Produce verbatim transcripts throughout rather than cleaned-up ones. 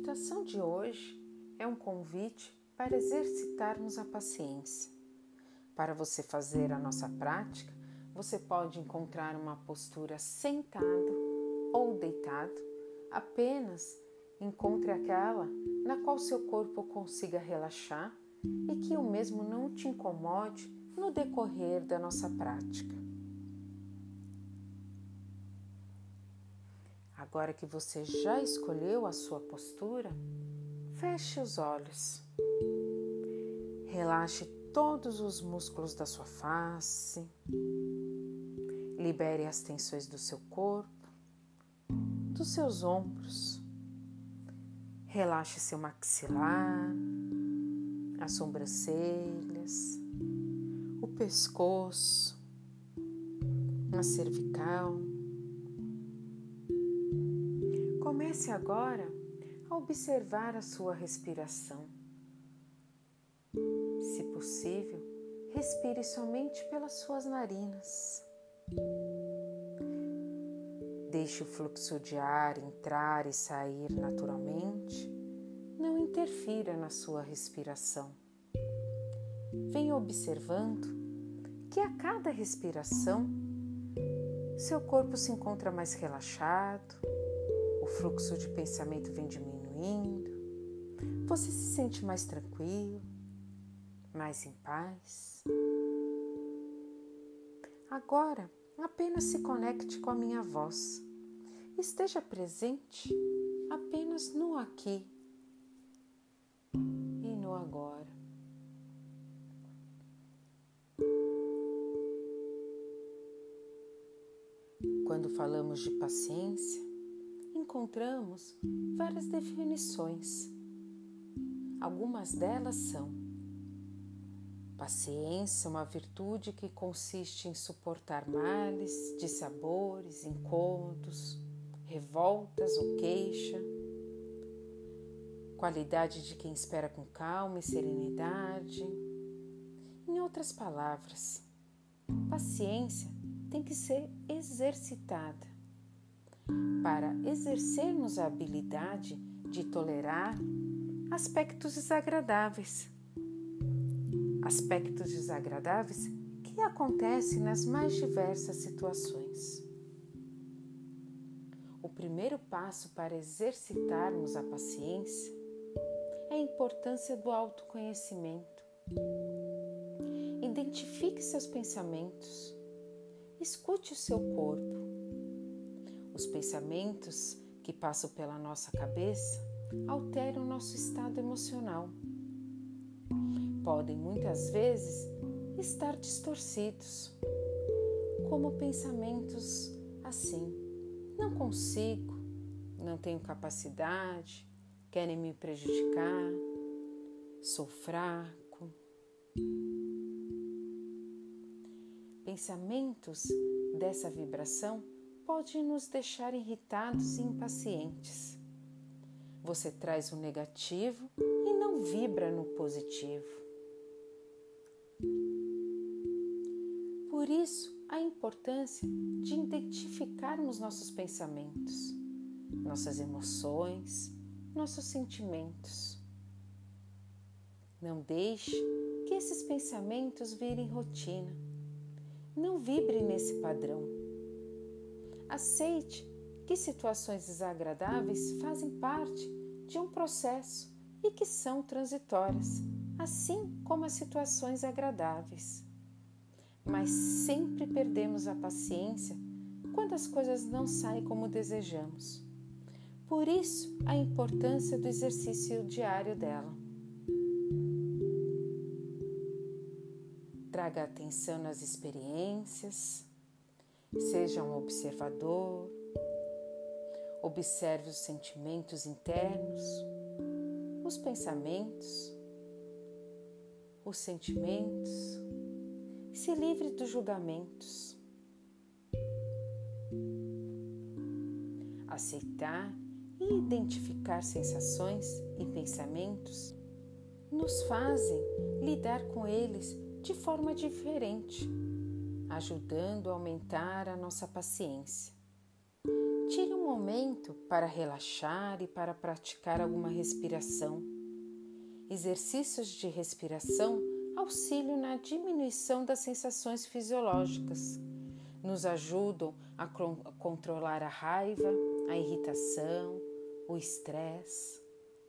meditação de hoje é um convite para exercitarmos a paciência. Para você fazer a nossa prática, você pode encontrar uma postura sentado ou deitado. Apenas encontre aquela na qual seu corpo consiga relaxar e que o mesmo não te incomode no decorrer da nossa prática. Agora que você já escolheu a sua postura, feche os olhos. Relaxe todos os músculos da sua face. Libere as tensões do seu corpo, dos seus ombros. Relaxe seu maxilar, as sobrancelhas, o pescoço, a cervical. Comece agora a observar a sua respiração. Se possível, respire somente pelas suas narinas. Deixe o fluxo de ar entrar e sair naturalmente. Não interfira na sua respiração. Venha observando que a cada respiração, seu corpo se encontra mais relaxado, o fluxo de pensamento vem diminuindo, você se sente mais tranquilo, mais em paz. Agora, apenas se conecte com a minha voz. Esteja presente apenas no aqui e no agora. Quando falamos de paciência, encontramos várias definições. Algumas delas são: paciência é uma virtude que consiste em suportar males, dissabores, incômodos, revoltas ou queixa. Qualidade de quem espera com calma e serenidade. Em outras palavras, paciência tem que ser exercitada. Para exercermos a habilidade de tolerar aspectos desagradáveis. Aspectos desagradáveis que acontecem nas mais diversas situações. O primeiro passo para exercitarmos a paciência é a importância do autoconhecimento. Identifique seus pensamentos, escute o seu corpo. Os pensamentos que passam pela nossa cabeça alteram nosso estado emocional. Podem muitas vezes estar distorcidos, como pensamentos assim: não consigo, não tenho capacidade, querem me prejudicar, sou fraco. Pensamentos dessa vibração podem nos deixar irritados e impacientes. Você traz o negativo e não vibra no positivo. Por isso, a importância de identificarmos nossos pensamentos, nossas emoções, nossos sentimentos. Não deixe que esses pensamentos virem rotina. Não vibre nesse padrão. Aceite que situações desagradáveis fazem parte de um processo e que são transitórias, assim como as situações agradáveis. Mas sempre perdemos a paciência quando as coisas não saem como desejamos. Por isso, a importância do exercício diário dela. Traga atenção nas experiências, seja um observador, observe os sentimentos internos, os pensamentos, os sentimentos, se livre dos julgamentos. Aceitar e identificar sensações e pensamentos nos fazem lidar com eles de forma diferente, ajudando a aumentar a nossa paciência. Tire um momento para relaxar e para praticar alguma respiração. Exercícios de respiração auxiliam na diminuição das sensações fisiológicas. Nos ajudam a controlar a raiva, a irritação, o estresse.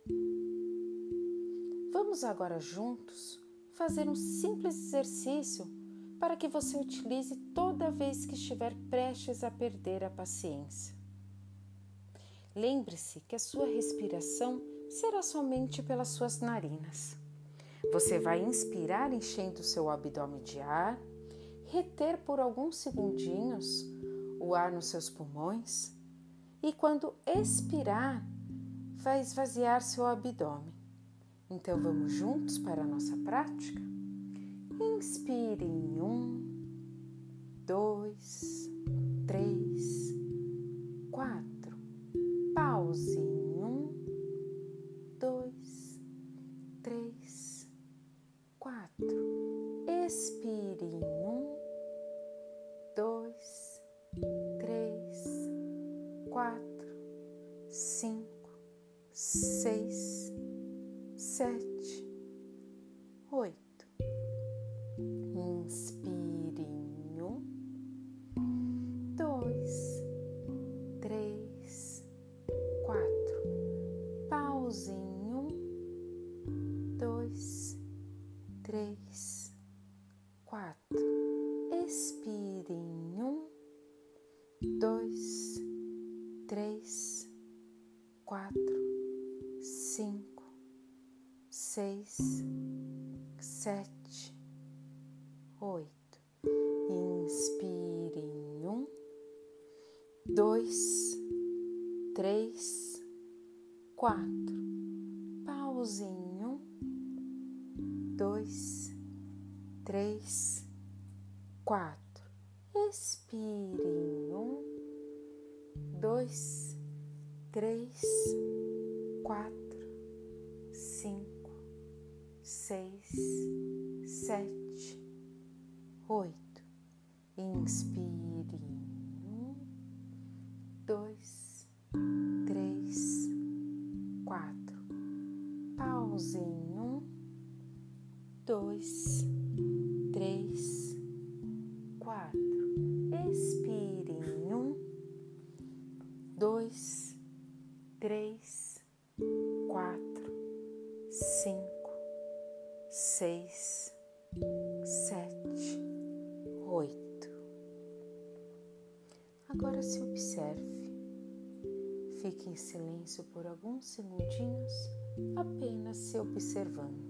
Vamos agora juntos fazer um simples exercício para que você utilize toda vez que estiver prestes a perder a paciência. Lembre-se que a sua respiração será somente pelas suas narinas. Você vai inspirar enchendo o seu abdômen de ar, reter por alguns segundinhos o ar nos seus pulmões e quando expirar, vai esvaziar seu abdômen. Então vamos juntos para a nossa prática? Inspire em um, dois, três, quatro. Pause em um, dois, três, quatro. Expire em um, dois, três, quatro, cinco, seis, sete, oito. Inspire em um, dois, três, quatro. Pause em um, dois, três, quatro. Expire em um, dois, três, quatro, cinco, seis, sete, oito. Inspire em um, dois, três, quatro. Pause em um, dois, três, quatro. Expire em um, dois, três, quatro, cinco, seis, sete, oito. Inspire em um, dois, três, quatro. Pause em um, dois, três, quatro. Expire em um, dois, três, quatro, cinco, seis, sete, oito. Agora se observe. Fique em silêncio por alguns segundinhos, apenas se observando.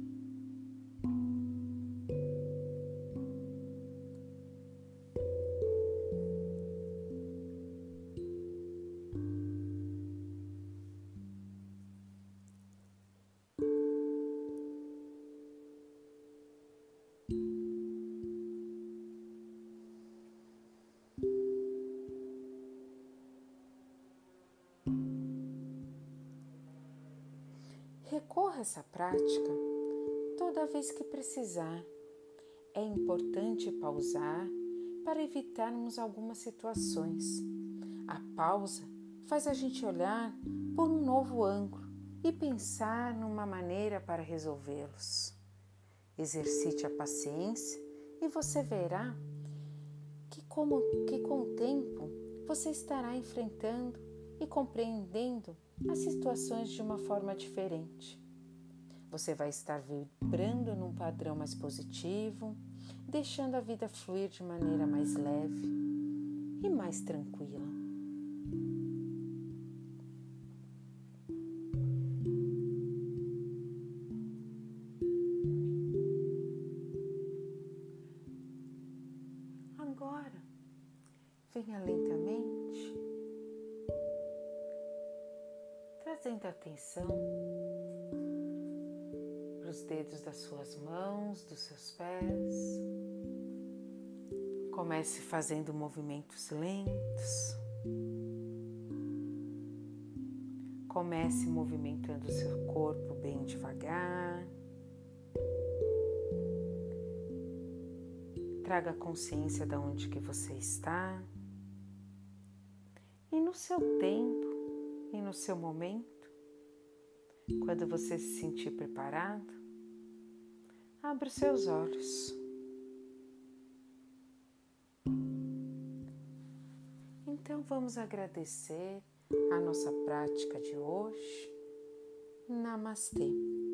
Recorra a essa prática toda vez que precisar. É importante pausar para evitarmos algumas situações. A pausa faz a gente olhar por um novo ângulo e pensar numa maneira para resolvê-los. Exercite a paciência e você verá que, como, que com o tempo você estará enfrentando e compreendendo as situações de uma forma diferente. Você vai estar vibrando num padrão mais positivo, deixando a vida fluir de maneira mais leve e mais tranquila. Agora, venha lentamente, trazendo atenção para os dedos das suas mãos, dos seus pés. Comece fazendo movimentos lentos. Comece movimentando o seu corpo bem devagar. Traga consciência de onde que você está. E no seu tempo e no seu momento, quando você se sentir preparado, abra os seus olhos. Então vamos agradecer a nossa prática de hoje. Namastê.